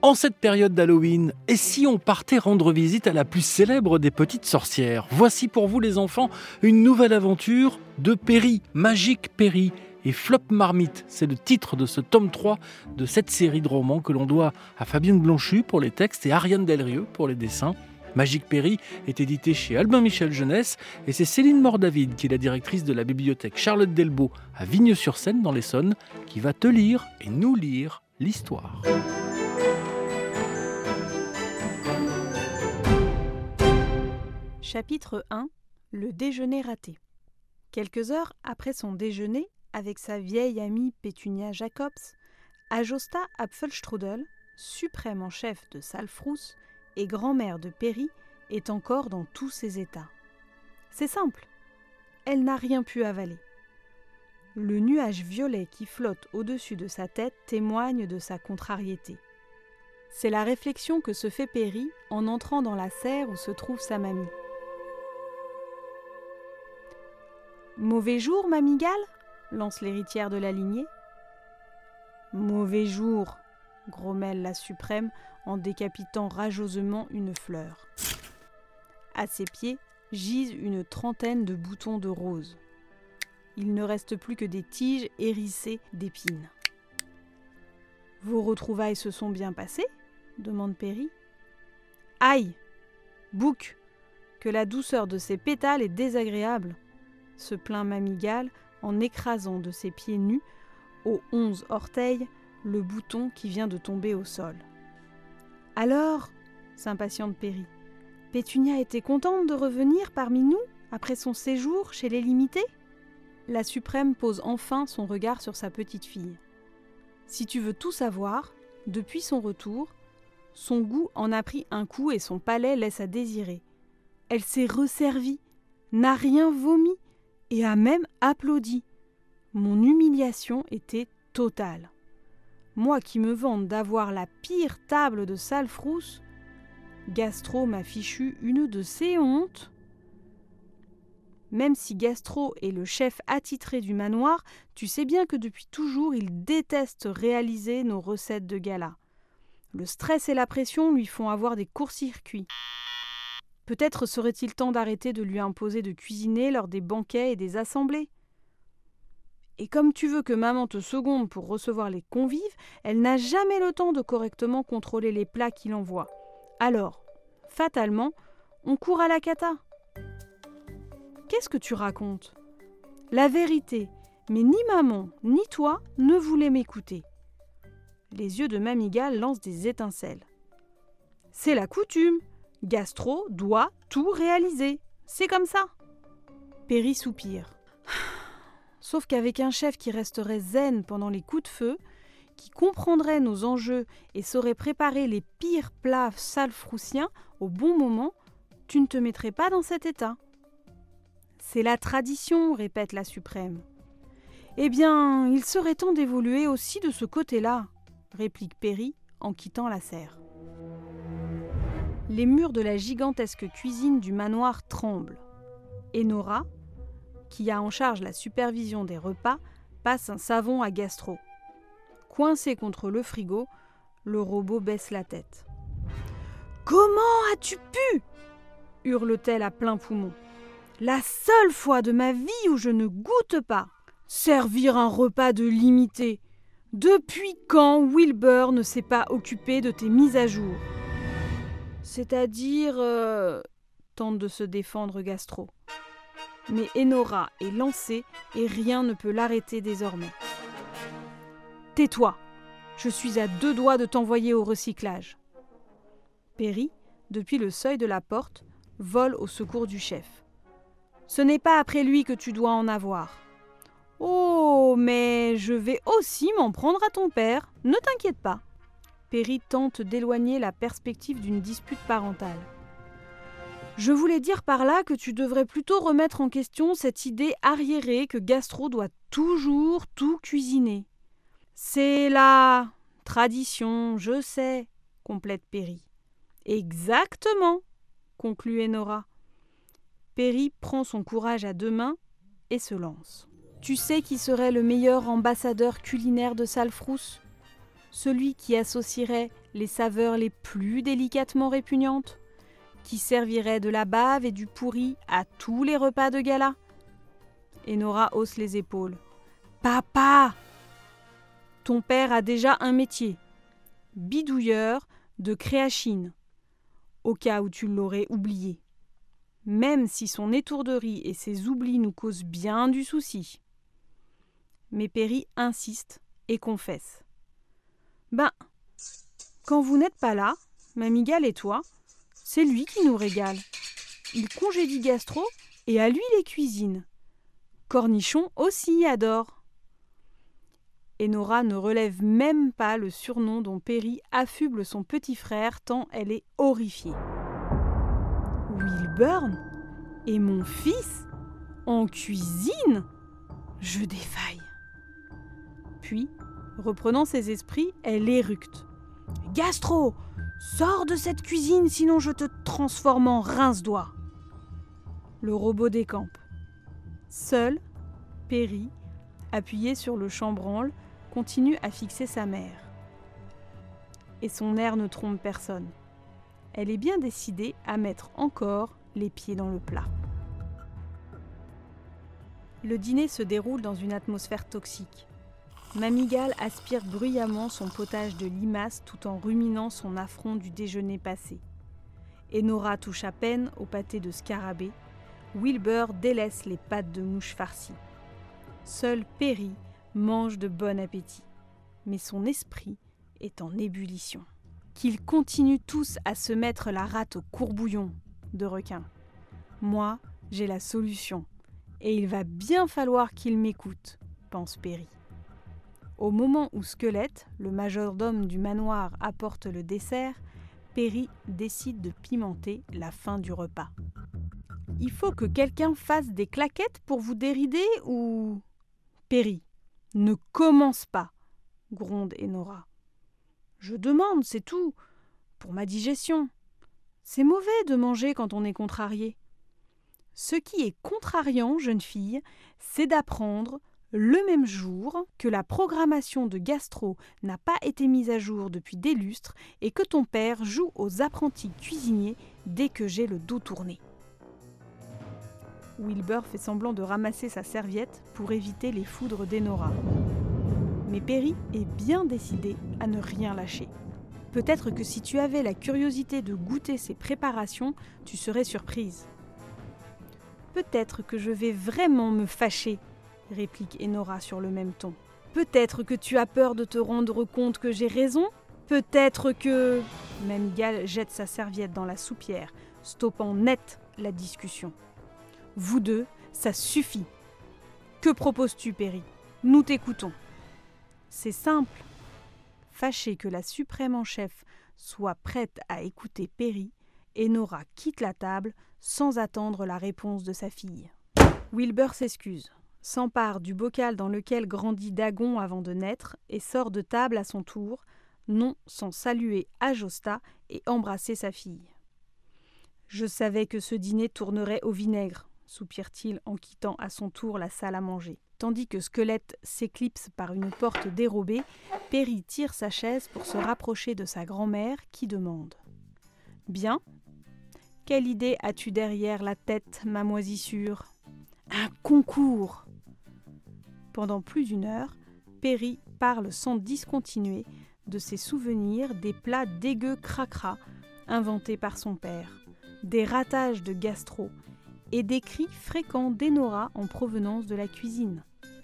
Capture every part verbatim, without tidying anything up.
En cette période d'Halloween, et si on partait rendre visite à la plus célèbre des petites sorcières ? Voici pour vous les enfants une nouvelle aventure de Péri, Magique Péri et Flop Marmite. C'est le titre de ce tome trois de cette série de romans que l'on doit à Fabienne Blanchu pour les textes et Ariane Delrieux pour les dessins. Magique Péri est édité chez Albin Michel Jeunesse et c'est Céline Mordavid, qui est la directrice de la bibliothèque Charlotte Delbault à Vigneux-sur-Seine dans l'Essonne, qui va te lire et nous lire l'histoire. Chapitre un. Le déjeuner raté. Quelques heures après son déjeuner, avec sa vieille amie Pétunia Jacobs, Ajosta Apfelstrudel, suprême en chef de Salfrousse et grand-mère de Péri, est encore dans tous ses états. C'est simple, elle n'a rien pu avaler. Le nuage violet qui flotte au-dessus de sa tête témoigne de sa contrariété. C'est la réflexion que se fait Péri en entrant dans la serre où se trouve sa mamie. « Mauvais jour, mamie Gale ?» lance l'héritière de la lignée. « Mauvais jour !» grommelle la suprême en décapitant rageusement une fleur. À ses pieds gisent une trentaine de boutons de rose. Il ne reste plus que des tiges hérissées d'épines. « Vos retrouvailles se sont bien passées ?» demande Péri. « Aïe ! Bouc ! Que la douceur de ces pétales est désagréable !» se plaint mamie Gale en écrasant de ses pieds nus, aux onze orteils, le bouton qui vient de tomber au sol. « Alors ?» s'impatiente Péri. « Pétunia était contente de revenir parmi nous après son séjour chez les limités ?» La suprême pose enfin son regard sur sa petite fille. Si tu veux tout savoir, depuis son retour, son goût en a pris un coup et son palais laisse à désirer. Elle s'est resservie, n'a rien vomi et a même applaudi. Mon humiliation était totale. Moi qui me vante d'avoir la pire table de Salfrousse, Gastro m'a fichu une de ses hontes. Même si Gastro est le chef attitré du manoir, tu sais bien que depuis toujours il déteste réaliser nos recettes de gala. Le stress et la pression lui font avoir des courts-circuits. Peut-être serait-il temps d'arrêter de lui imposer de cuisiner lors des banquets et des assemblées. Et comme tu veux que maman te seconde pour recevoir les convives, elle n'a jamais le temps de correctement contrôler les plats qu'il envoie. Alors, fatalement, on court à la cata. Qu'est-ce que tu racontes ? La vérité, mais ni maman, ni toi ne voulaient m'écouter. Les yeux de mamie Gale lancent des étincelles. C'est la coutume. Gastro doit tout réaliser. C'est comme ça. Péri soupire. Sauf qu'avec un chef qui resterait zen pendant les coups de feu, qui comprendrait nos enjeux et saurait préparer les pires plats salfroussiens au bon moment, tu ne te mettrais pas dans cet état. C'est la tradition, répète la suprême. Eh bien, il serait temps d'évoluer aussi de ce côté-là, réplique Péri en quittant la serre. Les murs de la gigantesque cuisine du manoir tremblent. Et Nora, qui a en charge la supervision des repas, passe un savon à Gastro. Coincé contre le frigo, le robot baisse la tête. « Comment as-tu pu ?» hurle-t-elle à plein poumon. « La seule fois de ma vie où je ne goûte pas. Servir un repas de limité. Depuis quand Wilbur ne s'est pas occupé de tes mises à jour ? C'est-à-dire... Euh... tente de se défendre Gastro. Mais Enora est lancée et rien ne peut l'arrêter désormais. « Tais-toi, je suis à deux doigts de t'envoyer au recyclage. » Péri, depuis le seuil de la porte, vole au secours du chef. « Ce n'est pas après lui que tu dois en avoir. »« Oh, mais je vais aussi m'en prendre à ton père, ne t'inquiète pas. » Péri tente d'éloigner la perspective d'une dispute parentale. « Je voulais dire par là que tu devrais plutôt remettre en question cette idée arriérée que Gastro doit toujours tout cuisiner. »« C'est la tradition, je sais, » complète Péri. « Exactement, » conclut Enora. Péri prend son courage à deux mains et se lance. « Tu sais qui serait le meilleur ambassadeur culinaire de Salfrousse ? Celui qui associerait les saveurs les plus délicatement répugnantes? Qui servirait de la bave et du pourri à tous les repas de gala? Enora hausse les épaules. Papa! Ton père a déjà un métier. Bidouilleur de créachine, au cas où tu l'aurais oublié. Même si son étourderie et ses oublis nous causent bien du souci. Mais Perry insiste et confesse. Ben, quand vous n'êtes pas là, Mamie-Gale et toi, c'est lui qui nous régale. Il congédie Gastro et à lui les cuisines. Cornichon aussi adore. Enora ne relève même pas le surnom dont Perry affuble son petit frère tant elle est horrifiée. Wilburn et mon fils en cuisine? Je défaille. Puis, reprenant ses esprits, elle éructe. Gastro, sors de cette cuisine, sinon je te transforme en rince-doigt. Le robot décampe. Seul, Perry, appuyé sur le chambranle, continue à fixer sa mère. Et son air ne trompe personne. Elle est bien décidée à mettre encore les pieds dans le plat. Le dîner se déroule dans une atmosphère toxique. Mamie-Gale aspire bruyamment son potage de limaces tout en ruminant son affront du déjeuner passé. Enora touche à peine au pâté de scarabée. Wilbur délaisse les pâtes de mouche farcies. Seul Perry mange de bon appétit, mais son esprit est en ébullition. Qu'ils continuent tous à se mettre la rate au courbouillon de requin. Moi, j'ai la solution, et il va bien falloir qu'ils m'écoutent, pense Perry. Au moment où Squelette, le majordome du manoir, apporte le dessert, Perry décide de pimenter la fin du repas. « Il faut que quelqu'un fasse des claquettes pour vous dérider ou… » Perry, ne commence pas, gronde Enora. Je demande, c'est tout, pour ma digestion. C'est mauvais de manger quand on est contrarié. Ce qui est contrariant, jeune fille, c'est d'apprendre le même jour que la programmation de Gastro n'a pas été mise à jour depuis des lustres et que ton père joue aux apprentis cuisiniers dès que j'ai le dos tourné. Wilbur fait semblant de ramasser sa serviette pour éviter les foudres d'Enora. Mais Perry est bien décidé à ne rien lâcher. Peut-être que si tu avais la curiosité de goûter ses préparations, tu serais surprise. Peut-être que je vais vraiment me fâcher, réplique Enora sur le même ton. Peut-être que tu as peur de te rendre compte que j'ai raison. Peut-être que… Mamie-Gale jette sa serviette dans la soupière, stoppant net la discussion. Vous deux, ça suffit. Que proposes-tu, Perry? Nous t'écoutons. C'est simple. Fâchée que la suprême en chef soit prête à écouter Perry, Enora quitte la table sans attendre la réponse de sa fille. Wilbur s'excuse, s'empare du bocal dans lequel grandit Dagon avant de naître et sort de table à son tour, non sans saluer Ajosta et embrasser sa fille. « Je savais que ce dîner tournerait au vinaigre », soupire-t-il en quittant à son tour la salle à manger. Tandis que Squelette s'éclipse par une porte dérobée, Perry tire sa chaise pour se rapprocher de sa grand-mère qui demande « Bien ? Quelle idée as-tu derrière la tête, ma moisissure ? Un concours !» Pendant plus d'une heure, Perry parle sans discontinuer de ses souvenirs des plats dégueux cracra inventés par son père, des ratages de Gastro et des cris fréquents d'Enora en provenance de la cuisine.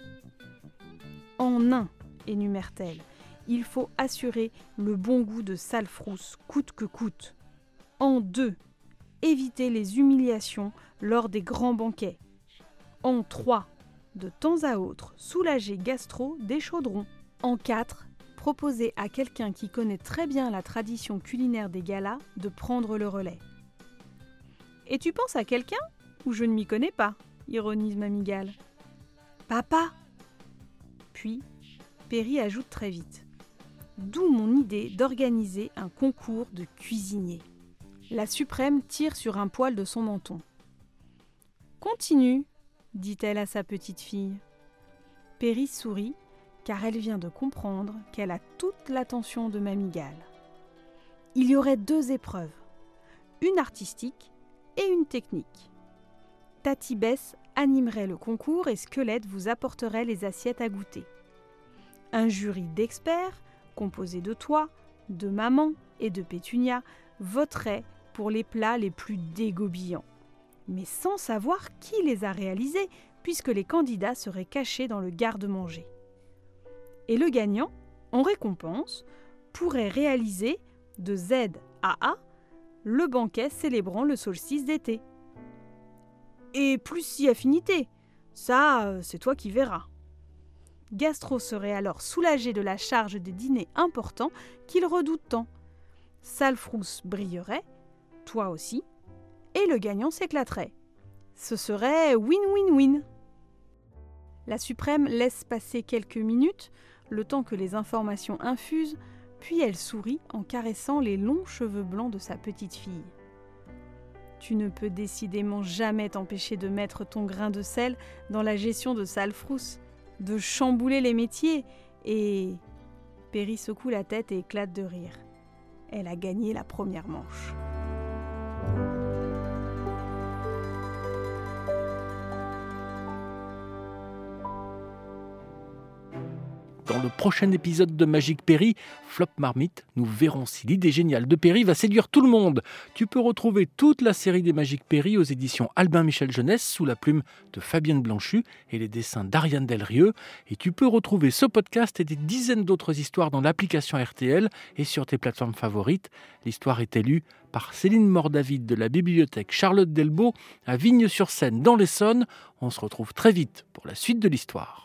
En un, énumère-t-elle, il faut assurer le bon goût de salfrousse, coûte que coûte. En deux, éviter les humiliations lors des grands banquets. En trois, de temps à autre, soulager Gastro des chaudrons. En quatre, proposer à quelqu'un qui connaît très bien la tradition culinaire des galas de prendre le relais. « Et tu penses à quelqu'un ou je ne m'y connais pas ?» ironise Mamie-Gale. « Papa !» Puis, Perry ajoute très vite. D'où mon idée d'organiser un concours de cuisiniers. La suprême tire sur un poil de son menton. « Continue !» dit-elle à sa petite fille. Perry sourit, car elle vient de comprendre qu'elle a toute l'attention de Mamie Gale. Il y aurait deux épreuves, une artistique et une technique. Tati Bess animerait le concours et Squelette vous apporterait les assiettes à goûter. Un jury d'experts, composé de toi, de maman et de Pétunia, voterait pour les plats les plus dégobillants, mais sans savoir qui les a réalisés, puisque les candidats seraient cachés dans le garde-manger. Et le gagnant, en récompense, pourrait réaliser, de Z à A, le banquet célébrant le solstice d'été. Et plus si affinité, ça, c'est toi qui verras. Gastro serait alors soulagé de la charge des dîners importants qu'il redoute tant. Salfrousse brillerait, toi aussi, et le gagnant s'éclaterait. Ce serait win-win-win. La suprême laisse passer quelques minutes, le temps que les informations infusent, puis elle sourit en caressant les longs cheveux blancs de sa petite fille. Tu ne peux décidément jamais t'empêcher de mettre ton grain de sel dans la gestion de Salfrousse, de chambouler les métiers, et... Péri secoue la tête et éclate de rire. Elle a gagné la première manche. Dans le prochain épisode de Magique Péri, Flop Marmite, nous verrons si l'idée géniale de Péri va séduire tout le monde. Tu peux retrouver toute la série des Magiques Péri aux éditions Albin Michel Jeunesse sous la plume de Fabienne Blanchu et les dessins d'Ariane Delrieux. Et tu peux retrouver ce podcast et des dizaines d'autres histoires dans l'application R T L et sur tes plateformes favorites. L'histoire est élue par Céline Mordavid de la bibliothèque Charlotte Delbault à Vignes-sur-Seine dans l'Essonne. On se retrouve très vite pour la suite de l'histoire.